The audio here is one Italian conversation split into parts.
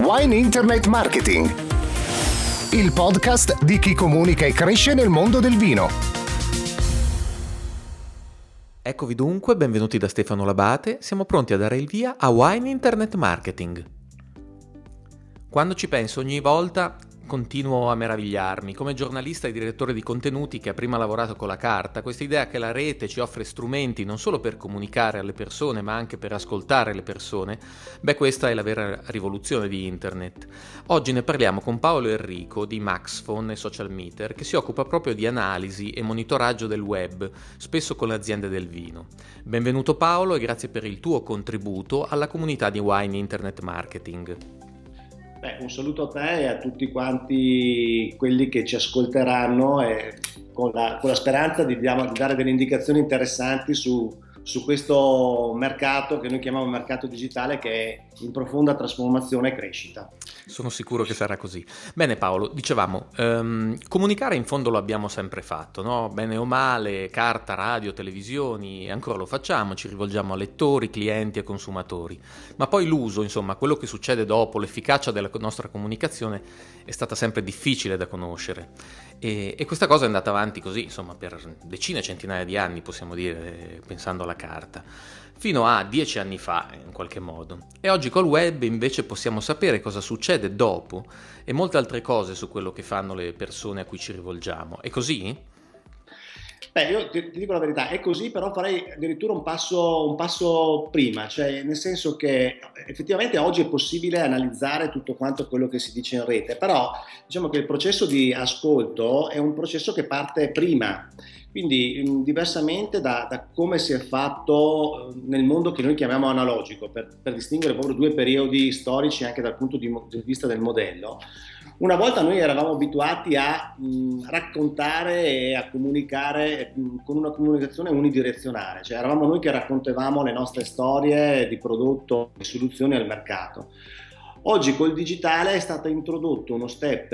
Wine Internet Marketing, il podcast di chi comunica e cresce nel mondo del vino. Eccovi dunque, benvenuti da Stefano Labate, siamo pronti a dare il via a Wine Internet Marketing. Quando ci penso ogni volta continuo a meravigliarmi. Come giornalista e direttore di contenuti che ha prima lavorato con la carta, questa idea che la rete ci offre strumenti non solo per comunicare alle persone ma anche per ascoltare le persone, questa è la vera rivoluzione di internet. Oggi ne parliamo con Paolo Enrico di Maxphone e Social Meter, che si occupa proprio di analisi e monitoraggio del web, spesso con le aziende del vino. Benvenuto Paolo e grazie per il tuo contributo alla comunità di Wine Internet Marketing. Un saluto a te e a tutti quanti quelli che ci ascolteranno, e con la speranza di dare delle indicazioni interessanti su questo mercato che noi chiamiamo mercato digitale, che è in profonda trasformazione e crescita. Sono sicuro che sarà così. Bene Paolo, dicevamo, comunicare in fondo lo abbiamo sempre fatto, no? Bene o male, carta, radio, televisioni, ancora lo facciamo, ci rivolgiamo a lettori, clienti e consumatori. Ma poi l'uso, insomma, quello che succede dopo, l'efficacia della nostra comunicazione è stata sempre difficile da conoscere. E questa cosa è andata avanti così, insomma, per decine, centinaia di anni, possiamo dire, pensando alla carta, fino a 10 anni fa, in qualche modo. E oggi col web invece possiamo sapere cosa succede dopo e molte altre cose su quello che fanno le persone a cui ci rivolgiamo. È così? Io ti dico la verità, è così, però farei addirittura un passo prima, cioè nel senso che effettivamente oggi è possibile analizzare tutto quanto quello che si dice in rete, però diciamo che il processo di ascolto è un processo che parte prima, quindi diversamente da come si è fatto nel mondo che noi chiamiamo analogico, per distinguere proprio due periodi storici anche dal punto di vista del modello. Una volta noi eravamo abituati a raccontare e a comunicare con una comunicazione unidirezionale, cioè eravamo noi che raccontavamo le nostre storie di prodotto e soluzioni al mercato. Oggi col digitale è stato introdotto uno step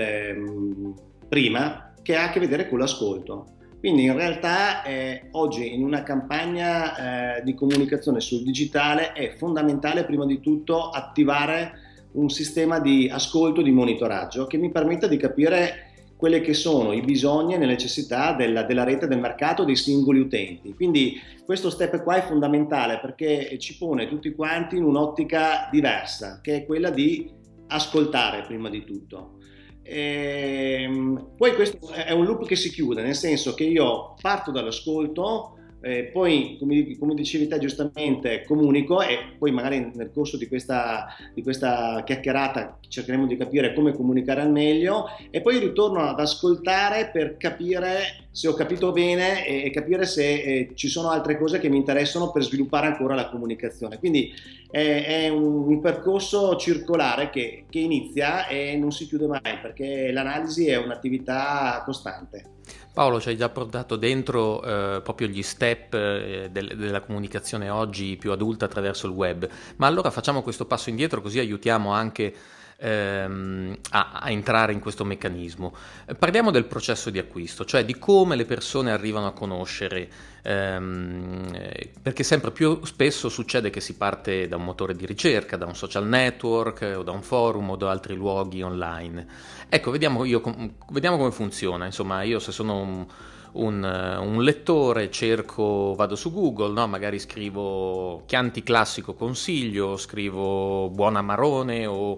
prima che ha a che vedere con l'ascolto. Quindi in realtà oggi in una campagna di comunicazione sul digitale è fondamentale prima di tutto attivare un sistema di ascolto, di monitoraggio che mi permetta di capire quelle che sono i bisogni e le necessità della rete, del mercato, dei singoli utenti. Quindi questo step qua è fondamentale perché ci pone tutti quanti in un'ottica diversa, che è quella di ascoltare prima di tutto. Poi questo è un loop che si chiude, nel senso che io parto dall'ascolto, poi come dicevi te giustamente comunico e poi magari nel corso di questa chiacchierata cercheremo di capire come comunicare al meglio e poi ritorno ad ascoltare per capire se ho capito bene e capire se ci sono altre cose che mi interessano per sviluppare ancora la comunicazione. Quindi è un percorso circolare che inizia e non si chiude mai, perché l'analisi è un'attività costante. Paolo, ci hai già portato dentro proprio gli step della comunicazione oggi più adulta attraverso il web, ma allora facciamo questo passo indietro così aiutiamo anche a entrare in questo meccanismo. Parliamo del processo di acquisto, cioè di come le persone arrivano a conoscere, perché sempre più spesso succede che si parte da un motore di ricerca, da un social network o da un forum o da altri luoghi online. Ecco, vediamo come funziona. Insomma, io se sono un lettore vado su Google, no? Magari scrivo Chianti Classico Consiglio, scrivo Buon Amarone o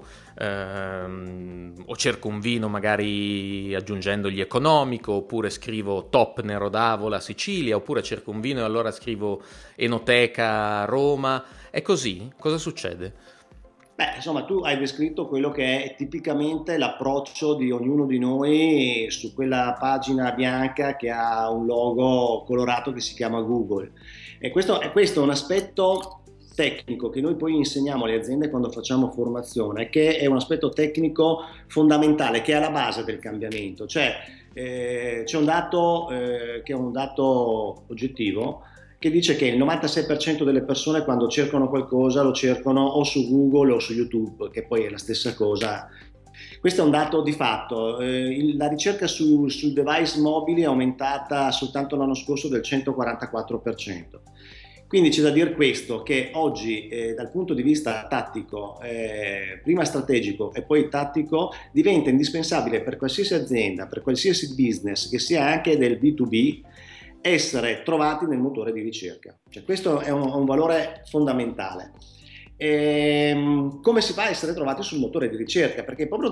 cerco un vino magari aggiungendogli economico, oppure scrivo Top Nero d'Avola Sicilia, oppure cerco un vino e allora scrivo Enoteca Roma. È così? Cosa succede? Insomma, tu hai descritto quello che è tipicamente l'approccio di ognuno di noi su quella pagina bianca che ha un logo colorato che si chiama Google. E questo è un aspetto tecnico che noi poi insegniamo alle aziende quando facciamo formazione, che è un aspetto tecnico fondamentale, che è alla base del cambiamento. Cioè, c'è un dato che è un dato oggettivo, che dice che il 96% delle persone quando cercano qualcosa lo cercano o su Google o su YouTube, che poi è la stessa cosa. Questo è un dato di fatto. La ricerca sui device mobili è aumentata soltanto l'anno scorso del 144%. Quindi c'è da dire questo, che oggi dal punto di vista tattico, prima strategico e poi tattico, diventa indispensabile per qualsiasi azienda, per qualsiasi business, che sia anche del B2B, essere trovati nel motore di ricerca. Cioè, questo è un valore fondamentale. Come si fa a essere trovati sul motore di ricerca? Perché proprio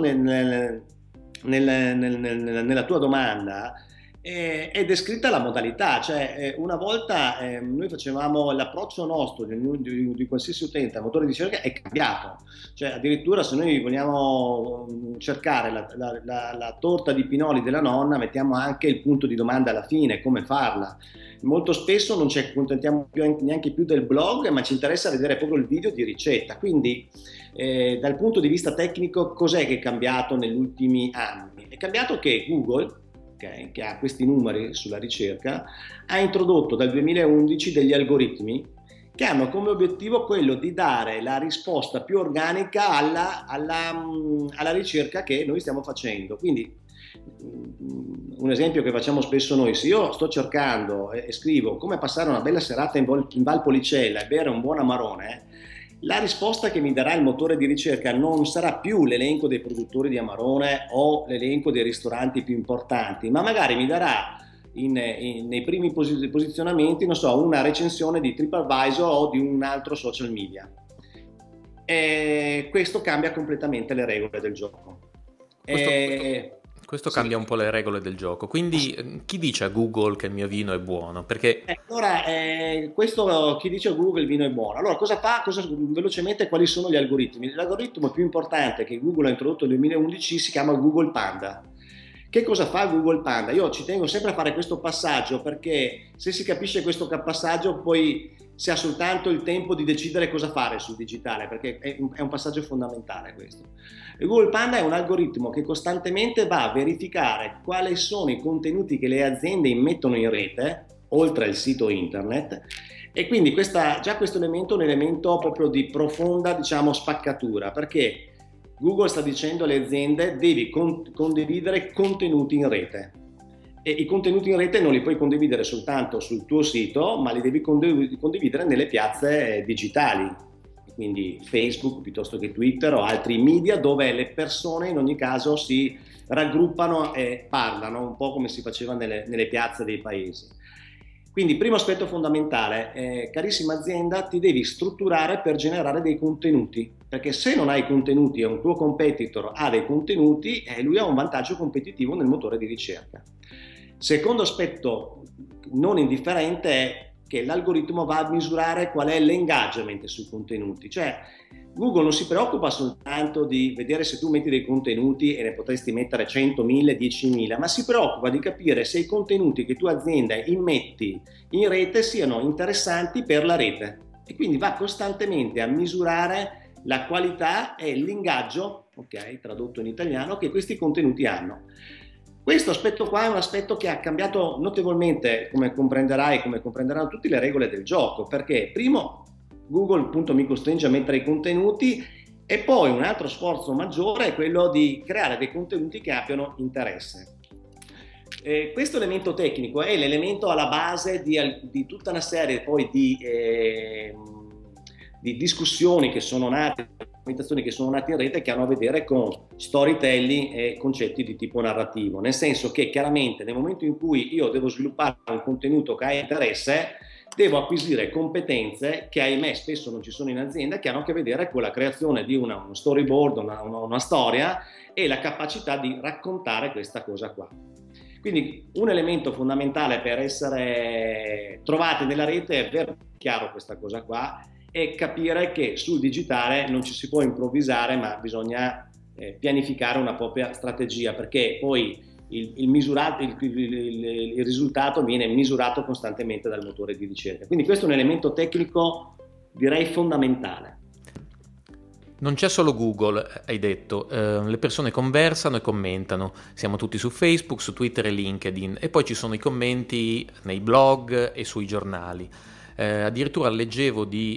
nella tua domanda è descritta la modalità, cioè una volta noi facevamo l'approccio nostro di qualsiasi utente al motore di ricerca è cambiato, cioè addirittura se noi vogliamo cercare la torta di pinoli della nonna mettiamo anche il punto di domanda alla fine, come farla. Molto spesso non ci accontentiamo neanche più del blog, ma ci interessa vedere proprio il video di ricetta. Quindi dal punto di vista tecnico cos'è che è cambiato negli ultimi anni? È cambiato che Google, che ha questi numeri sulla ricerca, ha introdotto dal 2011 degli algoritmi che hanno come obiettivo quello di dare la risposta più organica alla ricerca che noi stiamo facendo. Quindi un esempio che facciamo spesso noi: se io sto cercando e scrivo come passare una bella serata in Val Policella e bere un buon amarone, la risposta che mi darà il motore di ricerca non sarà più l'elenco dei produttori di amarone o l'elenco dei ristoranti più importanti, ma magari mi darà nei primi posizionamenti, non so, una recensione di TripAdvisor o di un altro social media. E questo cambia completamente le regole del gioco. Questo cambia un po' le regole del gioco. Quindi chi dice a Google che il mio vino è buono? Perché allora, questo chi dice a Google il vino è buono. Allora, cosa fa? Velocemente, quali sono gli algoritmi? L'algoritmo più importante che Google ha introdotto nel 2011 si chiama Google Panda. Che cosa fa Google Panda? Io ci tengo sempre a fare questo passaggio, perché se si capisce questo passaggio poi si ha soltanto il tempo di decidere cosa fare sul digitale, perché è un passaggio fondamentale questo. E Google Panda è un algoritmo che costantemente va a verificare quali sono i contenuti che le aziende immettono in rete, oltre al sito internet, e quindi già questo elemento è un elemento proprio di profonda, diciamo, spaccatura, perché Google sta dicendo alle aziende: devi condividere contenuti in rete, e i contenuti in rete non li puoi condividere soltanto sul tuo sito, ma li devi condividere nelle piazze digitali, quindi Facebook piuttosto che Twitter o altri media, dove le persone in ogni caso si raggruppano e parlano, un po' come si faceva nelle piazze dei paesi. Quindi, primo aspetto fondamentale, carissima azienda, ti devi strutturare per generare dei contenuti, perché se non hai contenuti e un tuo competitor ha dei contenuti, lui ha un vantaggio competitivo nel motore di ricerca. Secondo aspetto non indifferente è che l'algoritmo va a misurare qual è l'engagement sui contenuti, cioè Google non si preoccupa soltanto di vedere se tu metti dei contenuti e ne potresti mettere 100, 1000, 10.000, ma si preoccupa di capire se i contenuti che tu azienda immetti in rete siano interessanti per la rete, e quindi va costantemente a misurare la qualità e l'ingaggio, ok, tradotto in italiano, che questi contenuti hanno. Questo aspetto qua è un aspetto che ha cambiato notevolmente, come comprenderai, come comprenderanno tutti, le regole del gioco, perché primo Google appunto mi costringe a mettere i contenuti, e poi un altro sforzo maggiore è quello di creare dei contenuti che abbiano interesse. Questo elemento tecnico è l'elemento alla base di tutta una serie poi di discussioni che sono nate, che sono nate in rete, che hanno a vedere con storytelling e concetti di tipo narrativo, nel senso che chiaramente nel momento in cui io devo sviluppare un contenuto che ha interesse, devo acquisire competenze che ahimè spesso non ci sono in azienda, che hanno a che vedere con la creazione di uno storyboard, una storia, e la capacità di raccontare questa cosa qua. Quindi un elemento fondamentale per essere trovati nella rete è avere chiaro questa cosa qua e capire che sul digitale non ci si può improvvisare, ma bisogna pianificare una propria strategia, perché poi il risultato viene misurato costantemente dal motore di ricerca. Quindi questo è un elemento tecnico, direi, fondamentale. Non c'è solo Google, hai detto, le persone conversano e commentano, siamo tutti su Facebook, su Twitter e LinkedIn, e poi ci sono i commenti nei blog e sui giornali. Addirittura leggevo di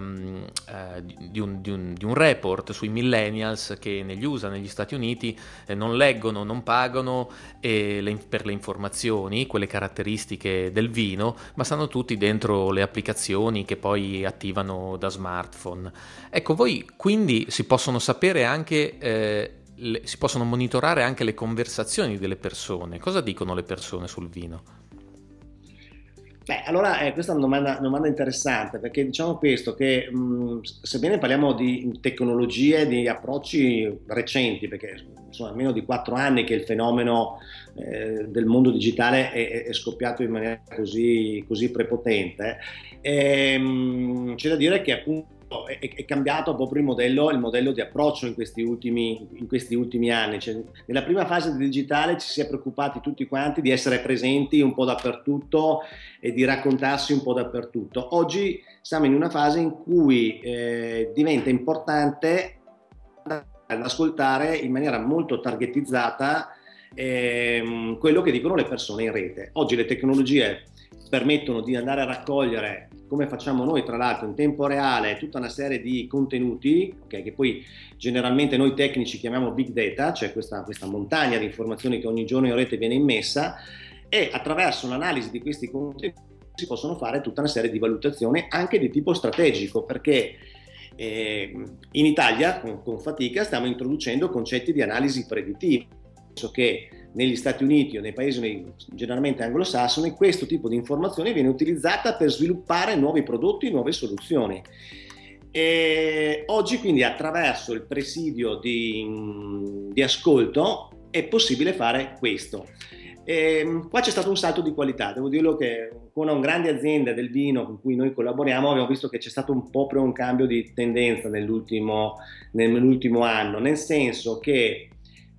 un report sui millennials che negli USA, negli Stati Uniti, non leggono, non pagano per le informazioni, quelle caratteristiche del vino, ma stanno tutti dentro le applicazioni che poi attivano da smartphone. Ecco, voi quindi si possono sapere anche, si possono monitorare anche le conversazioni delle persone. Cosa dicono le persone sul vino? Beh, allora questa è una domanda interessante, perché diciamo questo, che sebbene parliamo di tecnologie, di approcci recenti, perché sono almeno di 4 anni che il fenomeno del mondo digitale è scoppiato in maniera così prepotente, c'è da dire che appunto è cambiato proprio il modello di approccio in questi ultimi anni. Cioè, nella prima fase del digitale ci si è preoccupati tutti quanti di essere presenti un po' dappertutto e di raccontarsi un po' dappertutto. Oggi siamo in una fase in cui diventa importante ascoltare in maniera molto targetizzata quello che dicono le persone in rete. Oggi le tecnologie permettono di andare a raccogliere, come facciamo noi tra l'altro in tempo reale, tutta una serie di contenuti, okay, che poi generalmente noi tecnici chiamiamo big data, cioè questa montagna di informazioni che ogni giorno in rete viene immessa, e attraverso l'analisi di questi contenuti si possono fare tutta una serie di valutazioni anche di tipo strategico, perché in Italia con fatica stiamo introducendo concetti di analisi predittiva. Penso che negli Stati Uniti o nei paesi generalmente anglosassoni questo tipo di informazione viene utilizzata per sviluppare nuovi prodotti, nuove soluzioni. E oggi quindi attraverso il presidio di ascolto è possibile fare questo. Qua c'è stato un salto di qualità, devo dirlo che con una grande azienda del vino con cui noi collaboriamo abbiamo visto che c'è stato un po' un cambio di tendenza nell'ultimo anno, nel senso che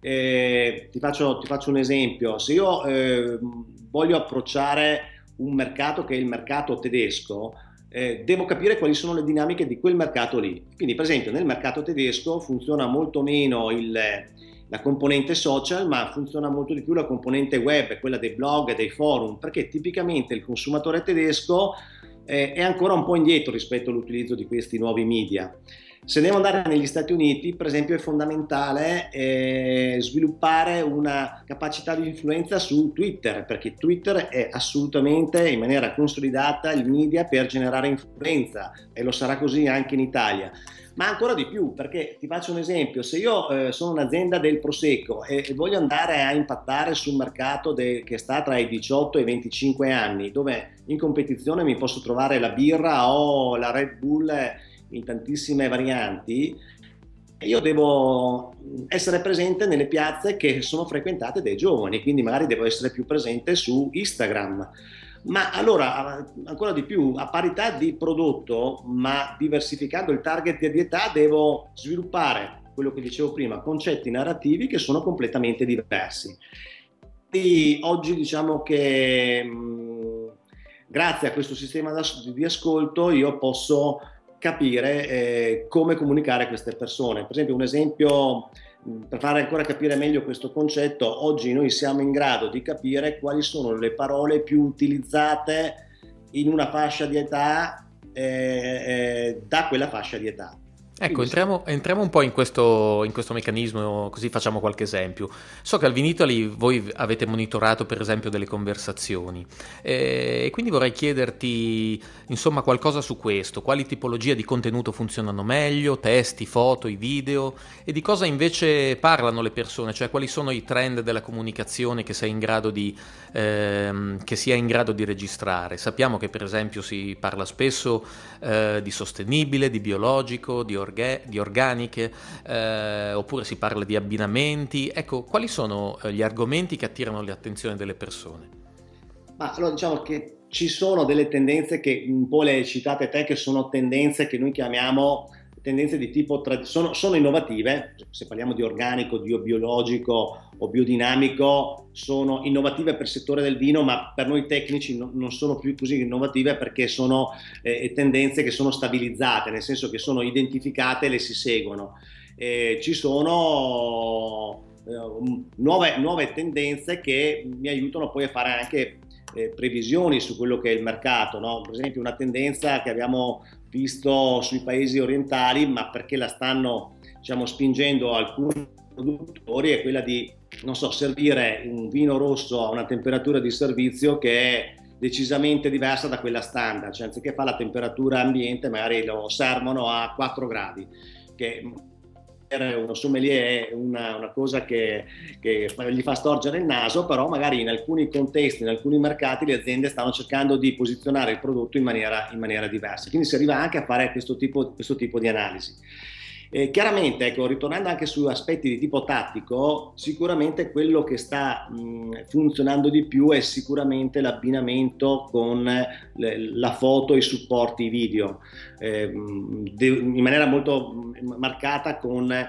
ti faccio un esempio. Se io voglio approcciare un mercato che è il mercato tedesco, devo capire quali sono le dinamiche di quel mercato lì. Quindi per esempio nel mercato tedesco funziona molto meno la componente social, ma funziona molto di più la componente web, quella dei blog e dei forum, perché tipicamente il consumatore tedesco è ancora un po' indietro rispetto all'utilizzo di questi nuovi media. Se devo andare negli Stati Uniti, per esempio, è fondamentale sviluppare una capacità di influenza su Twitter, perché Twitter è assolutamente in maniera consolidata il media per generare influenza, e lo sarà così anche in Italia. Ma ancora di più, perché ti faccio un esempio: se io sono un'azienda del Prosecco e voglio andare a impattare su un mercato che sta tra i 18 e i 25 anni, dove in competizione mi posso trovare la birra o la Red Bull in tantissime varianti, io devo essere presente nelle piazze che sono frequentate dai giovani, quindi magari devo essere più presente su Instagram. Ma allora, ancora di più, a parità di prodotto, ma diversificando il target di età, devo sviluppare, quello che dicevo prima, concetti narrativi che sono completamente diversi. E oggi diciamo che grazie a questo sistema di ascolto io posso capire come comunicare a queste persone. Per esempio, un esempio per fare ancora capire meglio questo concetto: oggi noi siamo in grado di capire quali sono le parole più utilizzate in una fascia di età da quella fascia di età. Ecco, entriamo un po' in questo meccanismo, così facciamo qualche esempio. So che al Vinitaly voi avete monitorato per esempio delle conversazioni e quindi vorrei chiederti insomma qualcosa su questo: quali tipologie di contenuto funzionano meglio, testi, foto, i video, e di cosa invece parlano le persone, cioè quali sono i trend della comunicazione che si è in grado di registrare. Sappiamo che per esempio si parla spesso di sostenibile, di biologico, di organiche, oppure si parla di abbinamenti. Ecco, quali sono gli argomenti che attirano l'attenzione delle persone? Ma allora diciamo che ci sono delle tendenze che un po' le hai citate te, che sono tendenze che noi chiamiamo tendenze di tipo sono innovative. Se parliamo di organico, di biologico o biodinamico, sono innovative per il settore del vino, ma per noi tecnici non sono più così innovative, perché sono tendenze che sono stabilizzate, nel senso che sono identificate e le si seguono. Ci sono nuove tendenze che mi aiutano poi a fare anche previsioni su quello che è il mercato, no? Per esempio una tendenza che abbiamo visto sui paesi orientali, ma perché la stanno, diciamo, spingendo alcuni produttori, è quella di, non so, servire un vino rosso a una temperatura di servizio che è decisamente diversa da quella standard, cioè anziché fare la temperatura ambiente magari lo servono a 4 gradi, che per uno sommelier è una cosa che gli fa storgere il naso, però magari in alcuni contesti, in alcuni mercati le aziende stanno cercando di posizionare il prodotto in maniera diversa, quindi si arriva anche a fare questo tipo di analisi. Chiaramente, ecco, ritornando anche su aspetti di tipo tattico, sicuramente quello che sta funzionando di più è sicuramente l'abbinamento con la foto e i supporti video, in maniera molto marcata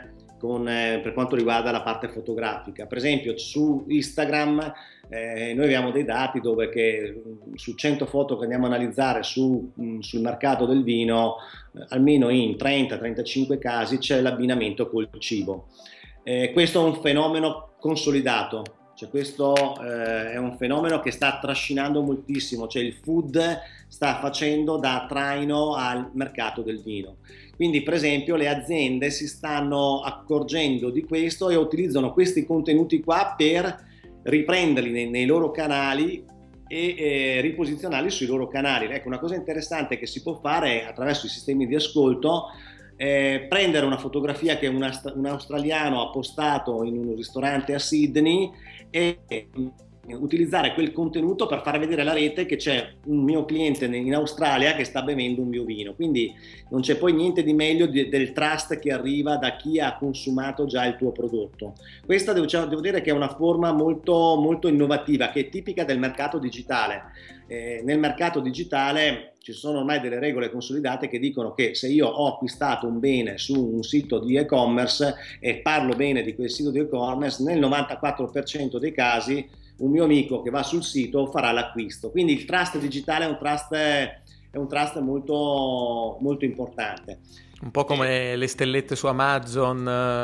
per quanto riguarda la parte fotografica. Per esempio su Instagram noi abbiamo dei dati dove che su 100 foto che andiamo a analizzare sul mercato del vino, almeno in 30-35 casi c'è l'abbinamento col cibo. Questo è un fenomeno consolidato, cioè questo è un fenomeno che sta trascinando moltissimo, cioè il food sta facendo da traino al mercato del vino. Quindi per esempio le aziende si stanno accorgendo di questo e utilizzano questi contenuti qua per riprenderli nei loro canali e riposizionarli sui loro canali. Ecco, una cosa interessante che si può fare attraverso i sistemi di ascolto, prendere una fotografia che un australiano ha postato in un ristorante a Sydney e utilizzare quel contenuto per far vedere alla rete che c'è un mio cliente in Australia che sta bevendo un mio vino. Quindi non c'è poi niente di meglio del trust che arriva da chi ha consumato già il tuo prodotto. Questa devo dire che è una forma molto, molto innovativa, che è tipica del mercato digitale. Nel mercato digitale ci sono ormai delle regole consolidate che dicono che se io ho acquistato un bene su un sito di e-commerce e parlo bene di quel sito di e-commerce, nel 94% dei casi un mio amico che va sul sito farà l'acquisto. Quindi il trust digitale è un trust molto, molto importante. Un po' come le stellette su Amazon.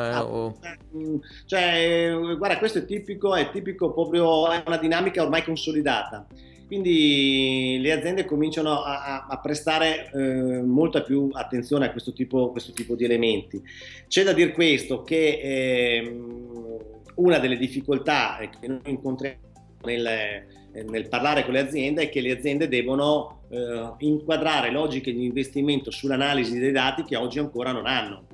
Guarda, questo è tipico proprio, è una dinamica ormai consolidata. Quindi le aziende cominciano a prestare molta più attenzione a questo tipo di elementi. C'è da dire questo, che una delle difficoltà che noi incontriamo nel parlare con le aziende è che le aziende devono inquadrare logiche di investimento sull'analisi dei dati che oggi ancora non hanno.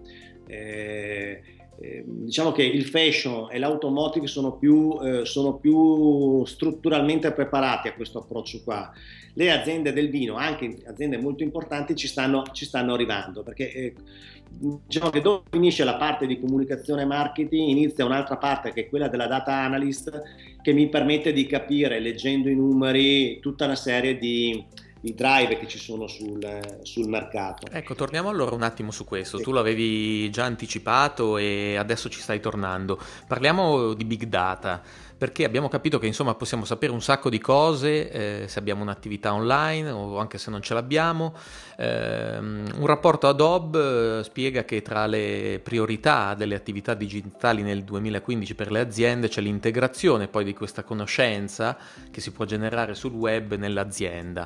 Diciamo che il fashion e l'automotive sono più strutturalmente preparati a questo approccio qua. Le aziende del vino, anche aziende molto importanti, ci stanno arrivando, perché diciamo che dove finisce la parte di comunicazione e marketing inizia un'altra parte che è quella della data analyst, che mi permette di capire, leggendo i numeri, tutta una serie di drive che ci sono sul mercato. Ecco, torniamo allora un attimo su questo. Sì. Tu l'avevi già anticipato e adesso ci stai tornando. Parliamo di big data, perché abbiamo capito che insomma possiamo sapere un sacco di cose se abbiamo un'attività online o anche se non ce l'abbiamo. Un rapporto Adobe spiega che tra le priorità delle attività digitali nel 2015 per le aziende c'è l'integrazione poi di questa conoscenza che si può generare sul web nell'azienda.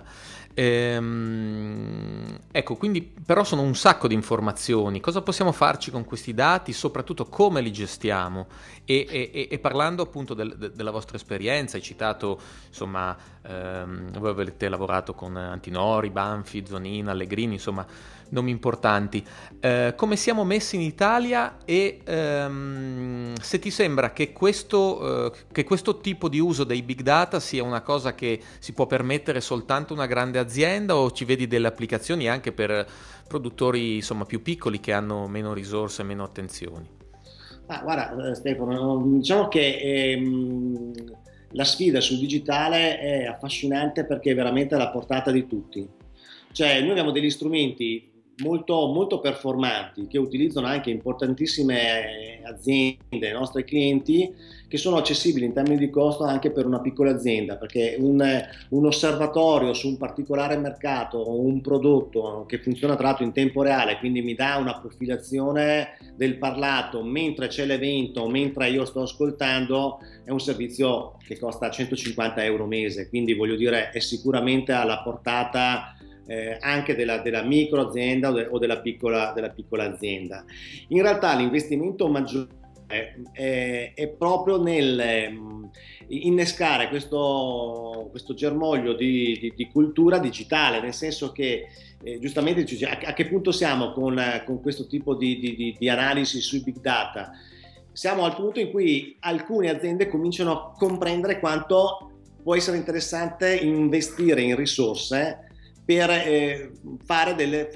Ecco, quindi però sono un sacco di informazioni. Cosa possiamo farci con questi dati, soprattutto come li gestiamo? E parlando appunto della vostra esperienza, hai citato insomma voi avete lavorato con Antinori, Banfi, Zonina, Allegrini, insomma nomi importanti. Come siamo messi in Italia e se ti sembra che questo tipo di uso dei big data sia una cosa che si può permettere soltanto una grande azienda, o ci vedi delle applicazioni anche per produttori insomma più piccoli che hanno meno risorse e meno attenzioni? Guarda Stefano, diciamo che la sfida sul digitale è affascinante perché è veramente alla portata di tutti. Cioè noi abbiamo degli strumenti molto, molto performanti, che utilizzano anche importantissime aziende, i nostri clienti, che sono accessibili in termini di costo anche per una piccola azienda, perché un osservatorio su un particolare mercato o un prodotto che funziona tra l'altro in tempo reale, quindi mi dà una profilazione del parlato mentre c'è l'evento, mentre io sto ascoltando, è un servizio che costa 150 euro mese, quindi voglio dire è sicuramente alla portata anche della micro azienda o della piccola azienda. In realtà l'investimento maggiore è proprio nel innescare questo germoglio di cultura digitale, nel senso che giustamente a che punto siamo con questo tipo di analisi sui big data? Siamo al punto in cui alcune aziende cominciano a comprendere quanto può essere interessante investire in risorse per fare delle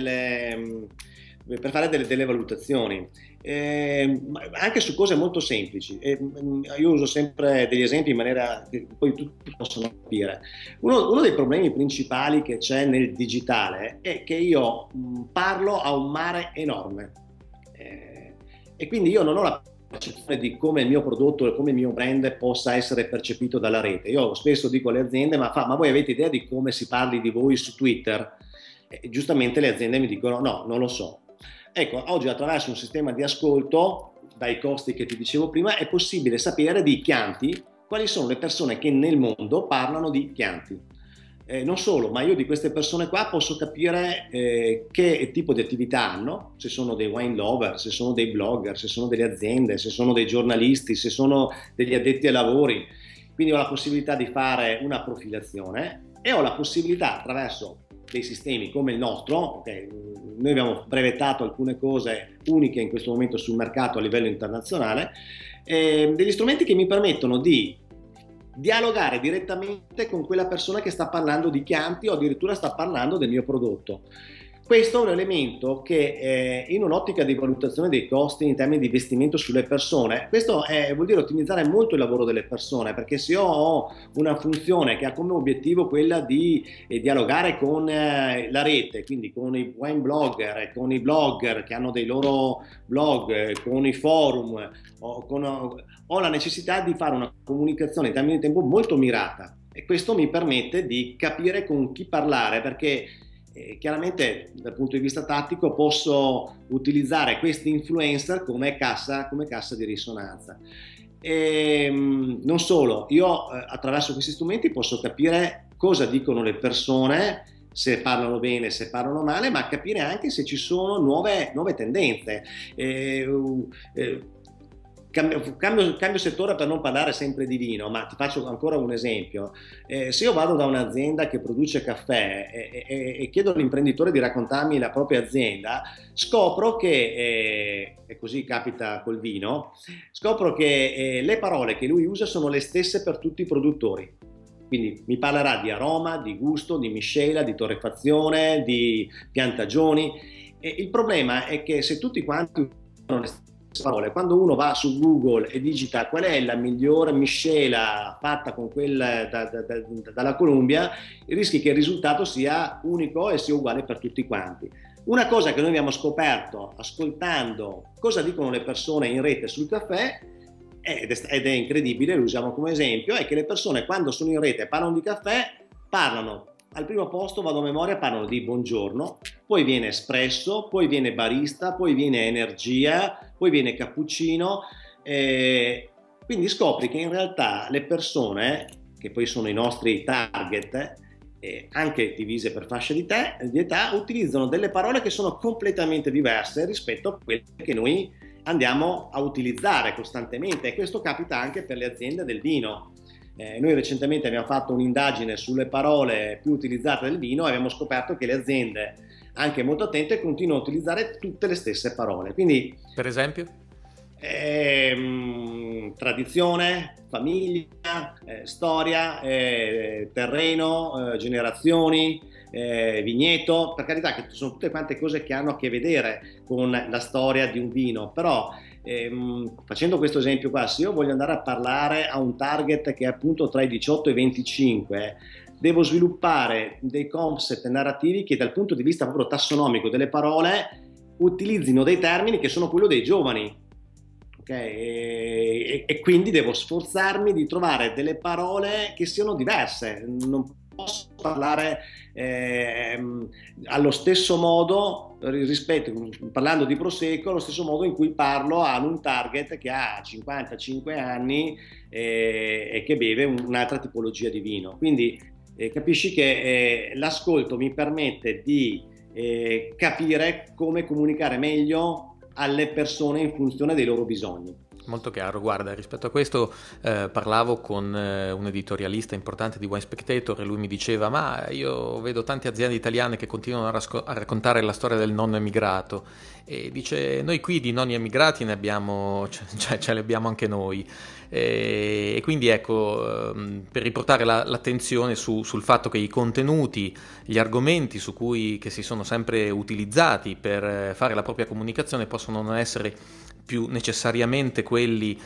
valutazioni, anche su cose molto semplici. Io uso sempre degli esempi in maniera che poi tutti possono capire. Uno dei problemi principali che c'è nel digitale è che io parlo a un mare enorme, e quindi io non ho la percezione di come il mio prodotto e come il mio brand possa essere percepito dalla rete. Io spesso dico alle aziende: ma voi avete idea di come si parli di voi su Twitter? E giustamente le aziende mi dicono: no, non lo so. Ecco, oggi attraverso un sistema di ascolto, dai costi che ti dicevo prima, è possibile sapere di Chianti quali sono le persone che nel mondo parlano di Chianti. Non solo, ma io di queste persone qua posso capire che tipo di attività hanno, se sono dei wine lover, se sono dei blogger, se sono delle aziende, se sono dei giornalisti, se sono degli addetti ai lavori. Quindi ho la possibilità di fare una profilazione e ho la possibilità, attraverso dei sistemi come il nostro, noi abbiamo brevettato alcune cose uniche in questo momento sul mercato a livello internazionale, degli strumenti che mi permettono di dialogare direttamente con quella persona che sta parlando di Chianti o addirittura sta parlando del mio prodotto. Questo è un elemento che in un'ottica di valutazione dei costi in termini di investimento sulle persone, questo vuol dire ottimizzare molto il lavoro delle persone, perché se io ho una funzione che ha come obiettivo quella di dialogare con la rete, quindi con i wine blogger, con i blogger che hanno dei loro blog, con i forum, ho la necessità di fare una comunicazione in termini di tempo molto mirata, e questo mi permette di capire con chi parlare, perché chiaramente dal punto di vista tattico posso utilizzare questi influencer come cassa di risonanza. Non solo, io attraverso questi strumenti posso capire cosa dicono le persone, se parlano bene, se parlano male, ma capire anche se ci sono nuove tendenze. Cambio settore per non parlare sempre di vino, ma ti faccio ancora un esempio. Se io vado da un'azienda che produce caffè e chiedo all'imprenditore di raccontarmi la propria azienda, scopro che, e così capita col vino, scopro che le parole che lui usa sono le stesse per tutti i produttori. Quindi mi parlerà di aroma, di gusto, di miscela, di torrefazione, di piantagioni. E il problema è che se tutti quanti usano le stesse parole, quando uno va su Google e digita qual è la migliore miscela fatta con quella dalla Columbia, rischi che il risultato sia unico e sia uguale per tutti quanti. Una cosa che noi abbiamo scoperto ascoltando cosa dicono le persone in rete sul caffè, ed è incredibile, lo usiamo come esempio, è che le persone quando sono in rete e parlano di caffè, parlano al primo posto, vado a memoria, parlano di buongiorno, poi viene espresso, poi viene barista, poi viene energia, poi viene cappuccino, quindi scopri che in realtà le persone, che poi sono i nostri target, anche divise per fasce di età, utilizzano delle parole che sono completamente diverse rispetto a quelle che noi andiamo a utilizzare costantemente, e questo capita anche per le aziende del vino. Noi recentemente abbiamo fatto un'indagine sulle parole più utilizzate del vino e abbiamo scoperto che le aziende, anche molto attente, continuano a utilizzare tutte le stesse parole. Quindi, per esempio? Tradizione, famiglia, storia, terreno, generazioni, vigneto, per carità, che sono tutte quante cose che hanno a che vedere con la storia di un vino, però facendo questo esempio qua, se io voglio andare a parlare a un target che è appunto tra i 18 e i 25, devo sviluppare dei concept narrativi che dal punto di vista proprio tassonomico delle parole utilizzino dei termini che sono quello dei giovani. Okay? E quindi devo sforzarmi di trovare delle parole che siano diverse. Non posso parlare allo stesso modo parlando di Prosecco, allo stesso modo in cui parlo a un target che ha 55 anni e che beve un'altra tipologia di vino. Quindi capisci che l'ascolto mi permette di capire come comunicare meglio alle persone in funzione dei loro bisogni. Molto chiaro. Guarda, rispetto a questo parlavo con un editorialista importante di Wine Spectator e lui mi diceva: ma io vedo tante aziende italiane che continuano a raccontare la storia del nonno emigrato, e dice: noi qui di nonni emigrati ne abbiamo, ce li abbiamo anche noi. E quindi ecco, per riportare l'attenzione sul fatto che i contenuti, gli argomenti che si sono sempre utilizzati per fare la propria comunicazione possono non essere più necessariamente quelli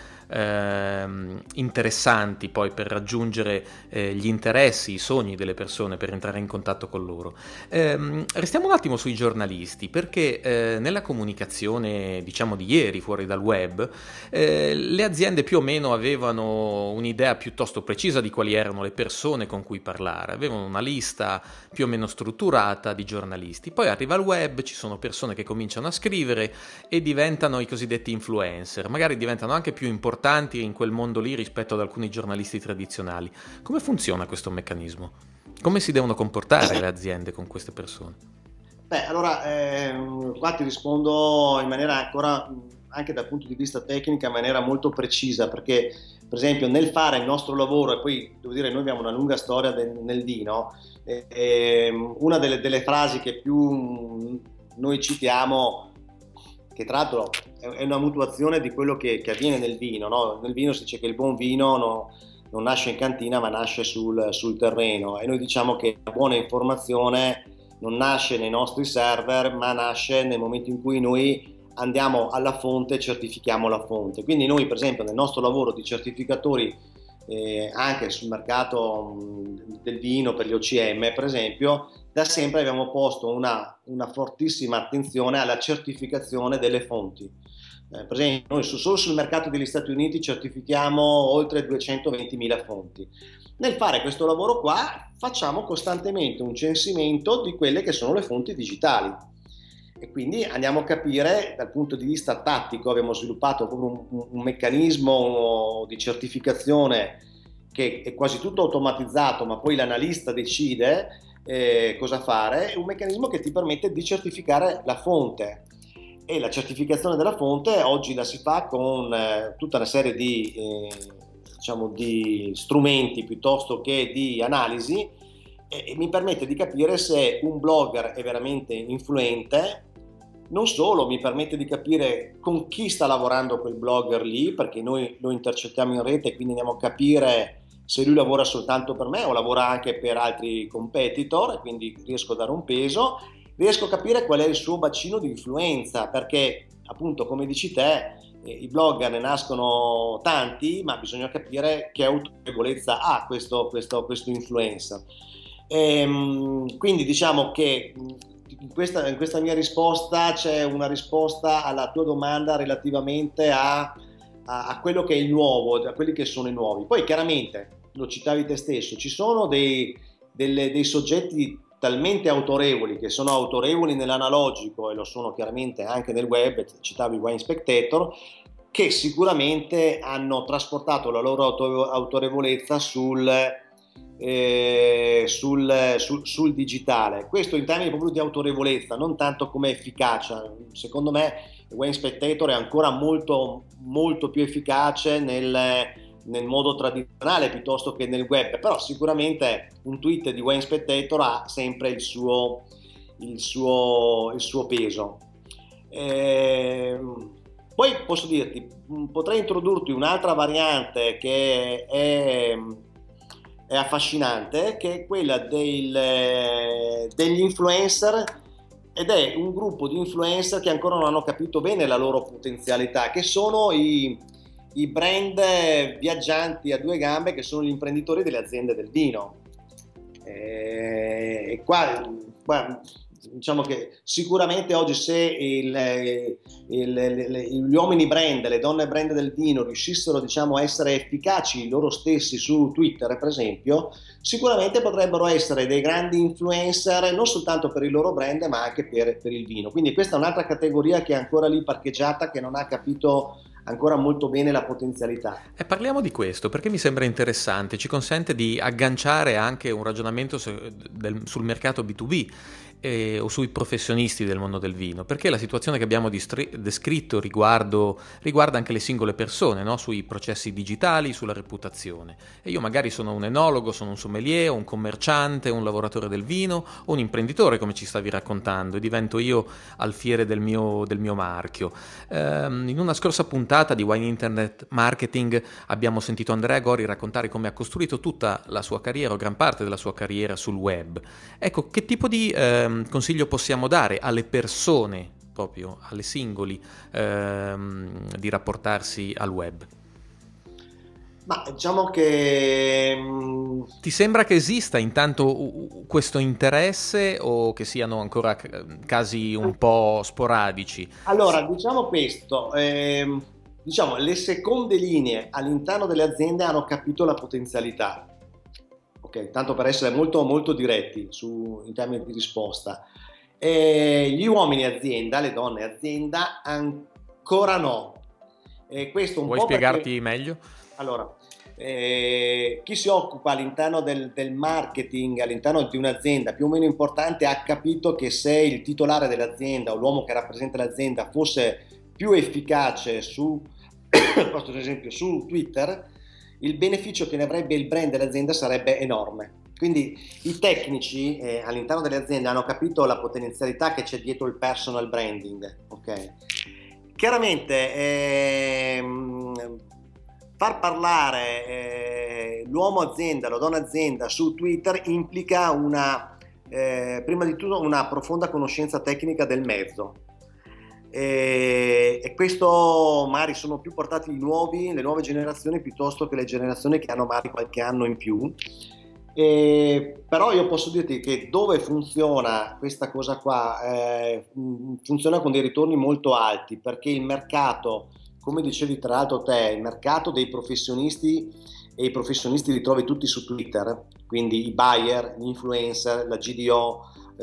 interessanti poi per raggiungere gli interessi, i sogni delle persone, per entrare in contatto con loro. Restiamo un attimo sui giornalisti, perché nella comunicazione, diciamo, di ieri fuori dal web, le aziende più o meno avevano un'idea piuttosto precisa di quali erano le persone con cui parlare, avevano una lista più o meno strutturata di giornalisti. Poi arriva il web, ci sono persone che cominciano a scrivere e diventano i cosiddetti influencer, magari diventano anche più importanti in quel mondo lì rispetto ad alcuni giornalisti tradizionali. Come funziona questo meccanismo? Come si devono comportare le aziende con queste persone? Beh, allora, qua ti rispondo in maniera ancora, anche dal punto di vista tecnico, in maniera molto precisa, perché per esempio nel fare il nostro lavoro, e poi devo dire noi abbiamo una lunga storia nel vino, una delle frasi che più noi citiamo, che tra l'altro è una mutuazione di quello che avviene nel vino, no? Nel vino si dice che il buon vino non nasce in cantina ma nasce sul terreno, e noi diciamo che la buona informazione non nasce nei nostri server ma nasce nel momento in cui noi andiamo alla fonte e certifichiamo la fonte. Quindi noi per esempio nel nostro lavoro di certificatori anche sul mercato del vino per gli OCM per esempio, da sempre abbiamo posto una fortissima attenzione alla certificazione delle fonti. Per esempio noi solo sul mercato degli Stati Uniti certifichiamo oltre 220.000 fonti. Nel fare questo lavoro qua facciamo costantemente un censimento di quelle che sono le fonti digitali e quindi andiamo a capire dal punto di vista tattico. Abbiamo sviluppato proprio un meccanismo di certificazione che è quasi tutto automatizzato, ma poi l'analista decide cosa fare. È un meccanismo che ti permette di certificare la fonte, e la certificazione della fonte oggi la si fa con tutta una serie di strumenti piuttosto che di analisi, e mi permette di capire se un blogger è veramente influente. Non solo, mi permette di capire con chi sta lavorando quel blogger lì, perché noi lo intercettiamo in rete e quindi andiamo a capire se lui lavora soltanto per me o lavora anche per altri competitor, e quindi riesco a dare un peso, riesco a capire qual è il suo bacino di influenza, perché appunto come dici te i blogger ne nascono tanti, ma bisogna capire che autorevolezza ha questo influencer. Quindi diciamo che in questa mia risposta c'è una risposta alla tua domanda relativamente a quello che è il nuovo, a quelli che sono i nuovi. Poi chiaramente, lo citavi te stesso, ci sono dei soggetti talmente autorevoli, che sono autorevoli nell'analogico e lo sono chiaramente anche nel web, citavi Wine Spectator, che sicuramente hanno trasportato la loro autorevolezza sul digitale. Questo in termini proprio di autorevolezza, non tanto come efficacia. Secondo me Wine Spectator è ancora molto molto più efficace nel modo tradizionale piuttosto che nel web, però sicuramente un tweet di Wine Spectator ha sempre il suo peso. Poi posso dirti, potrei introdurti un'altra variante che è affascinante, che è quella degli influencer, ed è un gruppo di influencer che ancora non hanno capito bene la loro potenzialità, che sono i brand viaggianti a due gambe, che sono gli imprenditori delle aziende del vino. E qua diciamo che sicuramente oggi se gli uomini brand, le donne brand del vino riuscissero, diciamo, a essere efficaci loro stessi su Twitter, per esempio, sicuramente potrebbero essere dei grandi influencer non soltanto per il loro brand ma anche per il vino. Quindi questa è un'altra categoria che è ancora lì parcheggiata, che non ha capito ancora molto bene la potenzialità. E parliamo di questo perché mi sembra interessante, ci consente di agganciare anche un ragionamento sul mercato B2B o sui professionisti del mondo del vino, perché la situazione che abbiamo descritto riguarda anche le singole persone, no? Sui processi digitali, sulla reputazione. E io magari sono un enologo, sono un sommelier, un commerciante, un lavoratore del vino o un imprenditore, come ci stavi raccontando, e divento io alfiere del mio marchio. In una scorsa puntata di Wine Internet Marketing abbiamo sentito Andrea Gori raccontare come ha costruito tutta la sua carriera o gran parte della sua carriera sul web. Ecco, che tipo di consiglio possiamo dare alle persone, proprio alle singoli, di rapportarsi al web? Ma diciamo che ti sembra che esista intanto questo interesse o che siano ancora casi un po' sporadici? Allora, diciamo questo, diciamo le seconde linee all'interno delle aziende hanno capito la potenzialità. Ok, tanto per essere molto molto diretti in termini di risposta. Gli uomini azienda, le donne azienda ancora no. Questo un Vuoi po' spiegarti perché, meglio? allora, chi si occupa all'interno del marketing, all'interno di un'azienda più o meno importante, ha capito che se il titolare dell'azienda o l'uomo che rappresenta l'azienda fosse più efficace posto ad esempio su Twitter, il beneficio che ne avrebbe il brand dell'azienda sarebbe enorme. Quindi i tecnici all'interno delle aziende hanno capito la potenzialità che c'è dietro il personal branding. Okay? Chiaramente far parlare l'uomo azienda, la donna azienda su Twitter implica prima di tutto una profonda conoscenza tecnica del mezzo. E questo magari sono più portati le nuove generazioni piuttosto che le generazioni che hanno magari qualche anno in più. Però io posso dirti che dove funziona questa cosa qua funziona con dei ritorni molto alti, perché il mercato, come dicevi tra l'altro te, il mercato dei professionisti, e i professionisti li trovi tutti su Twitter, quindi i buyer, gli influencer, la GDO,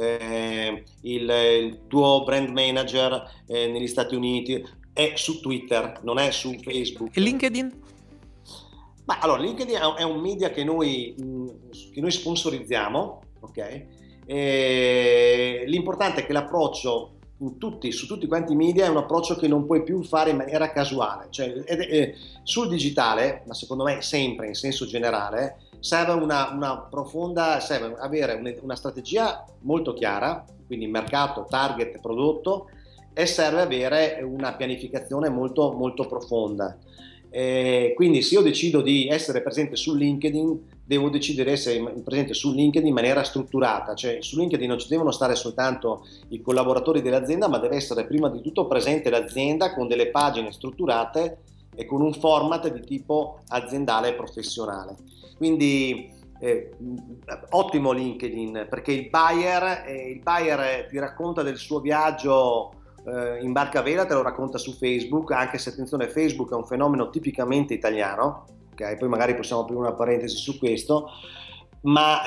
il tuo brand manager negli Stati Uniti è su Twitter, non è su Facebook. E LinkedIn? Ma allora, LinkedIn è un media che noi sponsorizziamo, ok? L'importante è che l'approccio su tutti quanti i media è un approccio che non puoi più fare in maniera casuale, cioè sul digitale, ma secondo me sempre in senso generale, serve serve avere una strategia molto chiara, quindi mercato, target, prodotto, e serve avere una pianificazione molto, molto profonda. Quindi se io decido di essere presente su LinkedIn, devo decidere di essere presente su LinkedIn in maniera strutturata, cioè su LinkedIn non ci devono stare soltanto i collaboratori dell'azienda, ma deve essere prima di tutto presente l'azienda con delle pagine strutturate e con un format di tipo aziendale e professionale. Quindi ottimo LinkedIn, perché il buyer ti racconta del suo viaggio in barca a vela, te lo racconta su Facebook, anche se attenzione, Facebook è un fenomeno tipicamente italiano, ok? Poi magari possiamo aprire una parentesi su questo, ma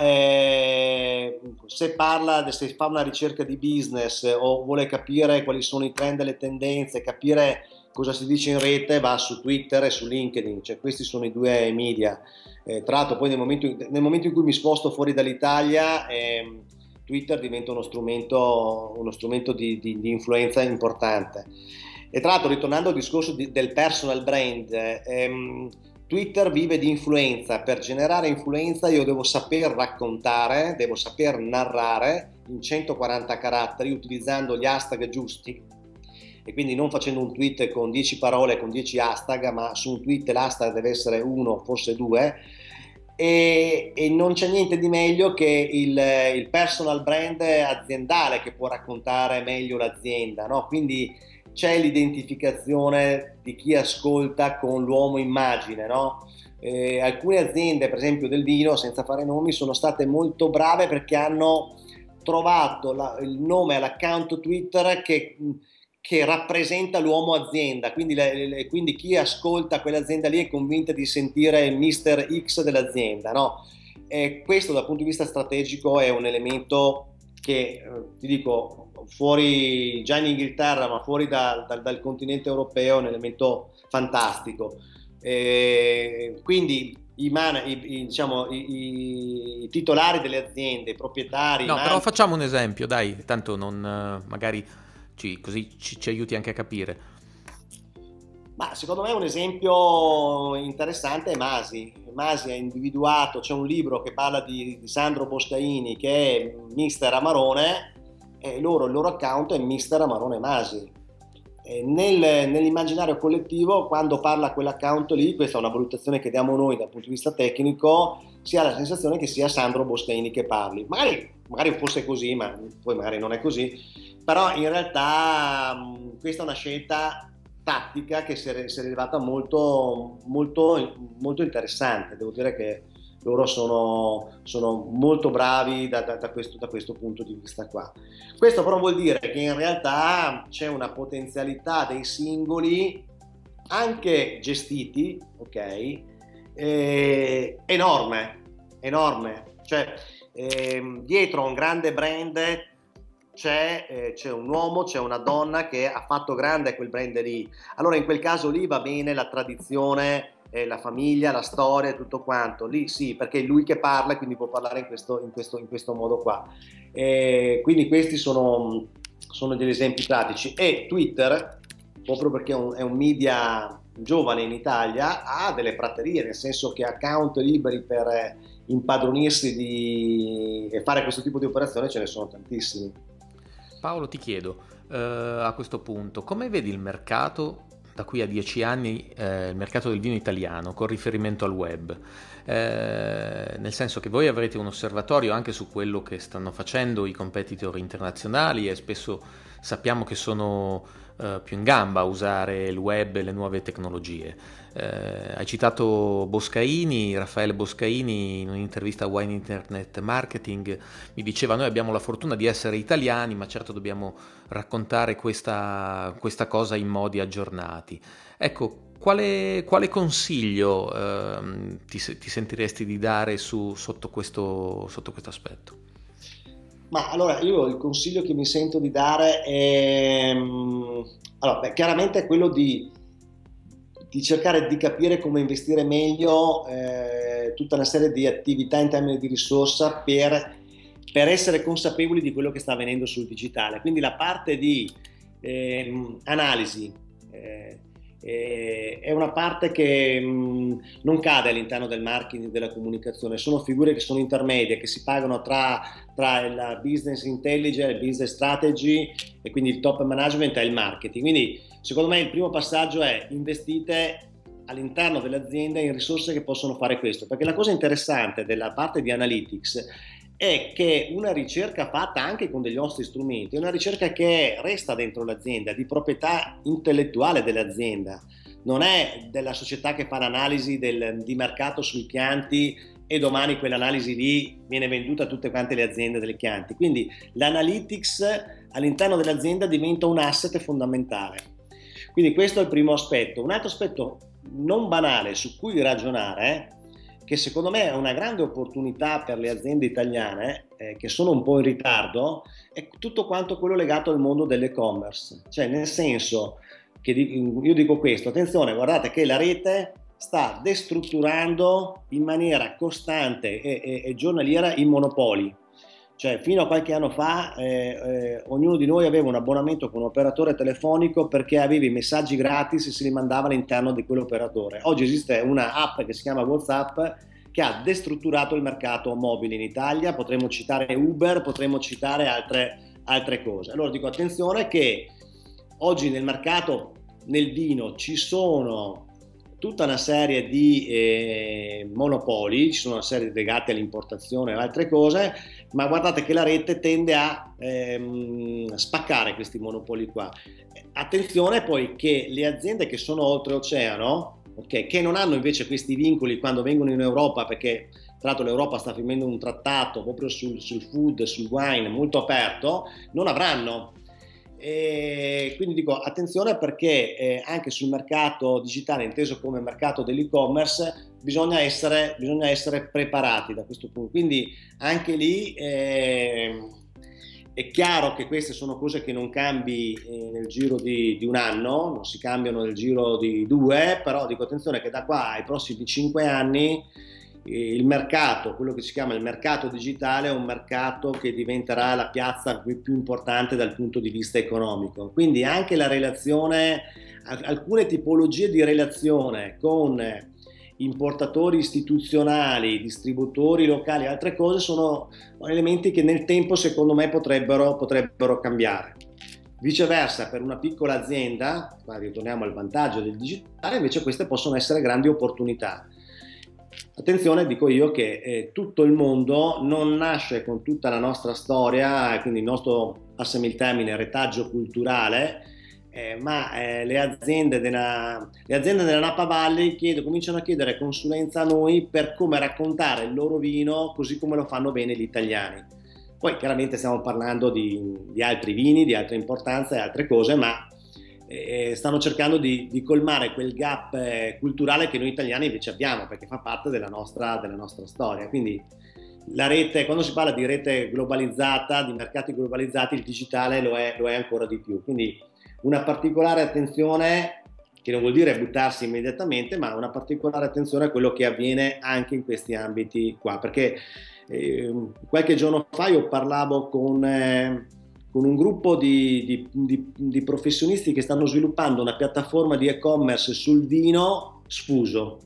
se fa una ricerca di business o vuole capire quali sono i trend e le tendenze, capire cosa si dice in rete, va su Twitter e su LinkedIn, cioè questi sono i due media. Tra l'altro poi nel momento in cui mi sposto fuori dall'Italia, Twitter diventa uno strumento di influenza importante. E tra l'altro, ritornando al discorso del personal brand, Twitter vive di influenza. Per generare influenza io devo saper raccontare, devo saper narrare in 140 caratteri utilizzando gli hashtag giusti, e quindi non facendo un tweet con 10 parole, con 10 hashtag, ma su un tweet l'hashtag deve essere uno, forse due. E non c'è niente di meglio che il personal brand aziendale che può raccontare meglio l'azienda, no? Quindi c'è l'identificazione di chi ascolta con l'uomo immagine, no? Alcune aziende, per esempio del vino, senza fare nomi, sono state molto brave perché hanno trovato il nome all'account Twitter che rappresenta l'uomo azienda, quindi chi ascolta quell'azienda lì è convinta di sentire il Mister X dell'azienda, no? E questo dal punto di vista strategico è un elemento che, ti dico, fuori già in Inghilterra, ma fuori dal continente europeo, è un elemento fantastico. Quindi i titolari delle aziende, i proprietari. No, però facciamo un esempio, dai, tanto non magari così ci aiuti anche a capire. Ma secondo me un esempio interessante è Masi. Masi ha individuato, c'è un libro che parla di Sandro Boscaini che è Mister Amarone, e il loro account è Mister Amarone Masi. Nell'immaginario collettivo, quando parla quell'account lì, questa è una valutazione che diamo noi dal punto di vista tecnico, si ha la sensazione che sia Sandro Boscaini che parli. Magari fosse così, ma poi magari non è così, però in realtà questa è una scelta tattica che si è rivelata molto, molto, molto interessante. Devo dire che loro sono molto bravi da questo punto di vista qua. Questo però vuol dire che in realtà c'è una potenzialità dei singoli, anche gestiti, ok, enorme. Cioè, dietro a un grande brand c'è un uomo, c'è una donna che ha fatto grande quel brand lì. Allora in quel caso lì va bene la tradizione, la famiglia, la storia e tutto quanto. Lì sì, perché è lui che parla e quindi può parlare in questo modo qua. Quindi questi sono degli esempi pratici. E Twitter, proprio perché è un media giovane in Italia, ha delle praterie, nel senso che account liberi per impadronirsi e fare questo tipo di operazione ce ne sono tantissimi. Paolo, ti chiedo, a questo punto, come vedi il mercato da qui a 10 anni, il mercato del vino italiano con riferimento al web? Nel senso che voi avrete un osservatorio anche su quello che stanno facendo i competitor internazionali e spesso sappiamo che sono più in gamba a usare il web e le nuove tecnologie. Hai citato Boscaini, Raffaele Boscaini, in un'intervista a Wine Internet Marketing mi diceva: noi abbiamo la fortuna di essere italiani, ma certo dobbiamo raccontare questa cosa in modi aggiornati. Ecco, quale consiglio ti sentiresti di dare sotto questo aspetto? Ma allora, io il consiglio che mi sento di dare è chiaramente è quello di cercare di capire come investire meglio tutta una serie di attività in termini di risorsa per essere consapevoli di quello che sta avvenendo sul digitale. Quindi la parte di analisi è una parte che non cade all'interno del marketing e della comunicazione, sono figure che sono intermedie, che si pagano tra il business intelligence, il business strategy e quindi il top management e il marketing. Quindi secondo me il primo passaggio è: investite all'interno dell'azienda in risorse che possono fare questo, perché la cosa interessante della parte di analytics è che una ricerca fatta anche con degli nostri strumenti è una ricerca che resta dentro l'azienda, di proprietà intellettuale dell'azienda, non è della società che fa l'analisi di mercato sui Chianti e domani quell'analisi lì viene venduta a tutte quante le aziende delle Chianti. Quindi l'analytics all'interno dell'azienda diventa un asset fondamentale. Quindi questo è il primo aspetto. Un altro aspetto non banale su cui ragionare, che secondo me è una grande opportunità per le aziende italiane che sono un po' in ritardo, è tutto quanto quello legato al mondo dell'e-commerce. Cioè, nel senso che io dico questo: attenzione, guardate che la rete sta destrutturando in maniera costante e giornaliera i monopoli. Cioè, fino a qualche anno fa ognuno di noi aveva un abbonamento con un operatore telefonico perché aveva i messaggi gratis e se li mandava all'interno di quell'operatore. Oggi esiste una app che si chiama WhatsApp che ha destrutturato il mercato mobile in Italia. Potremmo citare Uber, potremmo citare altre cose. Allora dico, attenzione che oggi nel mercato, nel vino, ci sono tutta una serie di monopoli, ci sono una serie legate all'importazione e altre cose, ma guardate che la rete tende a spaccare questi monopoli qua. Attenzione poi che le aziende che sono oltreoceano, okay, che non hanno invece questi vincoli quando vengono in Europa, perché tra l'altro l'Europa sta firmando un trattato proprio sul food, sul wine molto aperto, non avranno. E quindi dico attenzione, perché anche sul mercato digitale, inteso come mercato dell'e-commerce, bisogna essere preparati da questo punto. Quindi anche lì è chiaro che queste sono cose che non cambi nel giro di un anno, non si cambiano nel giro di 2, però dico attenzione che da qua ai prossimi 5 anni il mercato, quello che si chiama il mercato digitale, è un mercato che diventerà la piazza più importante dal punto di vista economico. Quindi anche la relazione, alcune tipologie di relazione con importatori istituzionali, distributori locali, altre cose, sono elementi che nel tempo secondo me potrebbero cambiare. Viceversa, per una piccola azienda, qua ritorniamo al vantaggio del digitale, invece queste possono essere grandi opportunità. Attenzione, dico io, che tutto il mondo non nasce con tutta la nostra storia, quindi il nostro, passami il termine, retaggio culturale, ma le aziende della Napa Valley cominciano a chiedere consulenza a noi per come raccontare il loro vino così come lo fanno bene gli italiani. Poi chiaramente stiamo parlando di altri vini, di altre importanze e altre cose, ma stanno cercando di colmare quel gap culturale che noi italiani invece abbiamo, perché fa parte della nostra storia. Quindi la rete, quando si parla di rete globalizzata, di mercati globalizzati, il digitale lo è ancora di più. Quindi una particolare attenzione, che non vuol dire buttarsi immediatamente, ma una particolare attenzione a quello che avviene anche in questi ambiti qua, perché qualche giorno fa io parlavo con un gruppo di professionisti che stanno sviluppando una piattaforma di e-commerce sul vino sfuso.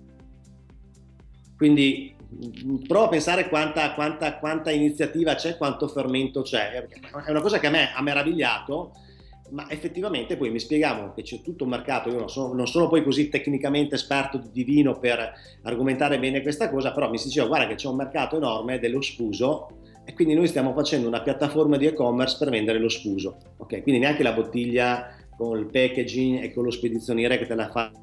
Quindi prova a pensare quanta iniziativa c'è, quanto fermento c'è. È una cosa che a me ha meravigliato, ma effettivamente poi mi spiegavano che c'è tutto un mercato. Io non sono poi così tecnicamente esperto di vino per argomentare bene questa cosa, però mi si diceva guarda che c'è un mercato enorme dello sfuso, e quindi noi stiamo facendo una piattaforma di e-commerce per vendere lo sfuso, ok? Quindi neanche la bottiglia con il packaging e con lo spedizioniere che te la fa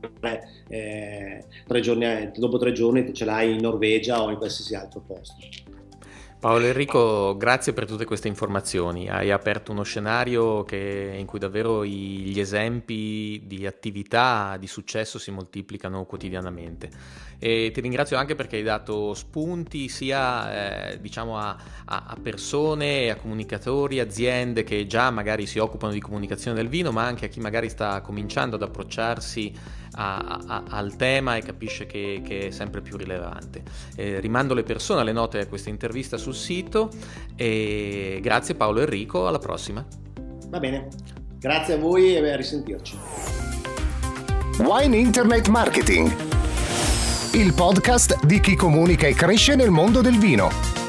dopo 3 giorni ce l'hai in Norvegia o in qualsiasi altro posto. Paolo Enrico, grazie per tutte queste informazioni. Hai aperto uno scenario in cui davvero gli esempi di attività di successo si moltiplicano quotidianamente. E ti ringrazio anche perché hai dato spunti sia a persone, a comunicatori, aziende che già magari si occupano di comunicazione del vino, ma anche a chi magari sta cominciando ad approcciarsi al tema e capisce che è sempre più rilevante. Rimando le persone alle note a questa intervista sul sito, e grazie Paolo Enrico, alla prossima. Va bene, grazie a voi e a risentirci. Wine Internet Marketing, il podcast di chi comunica e cresce nel mondo del vino.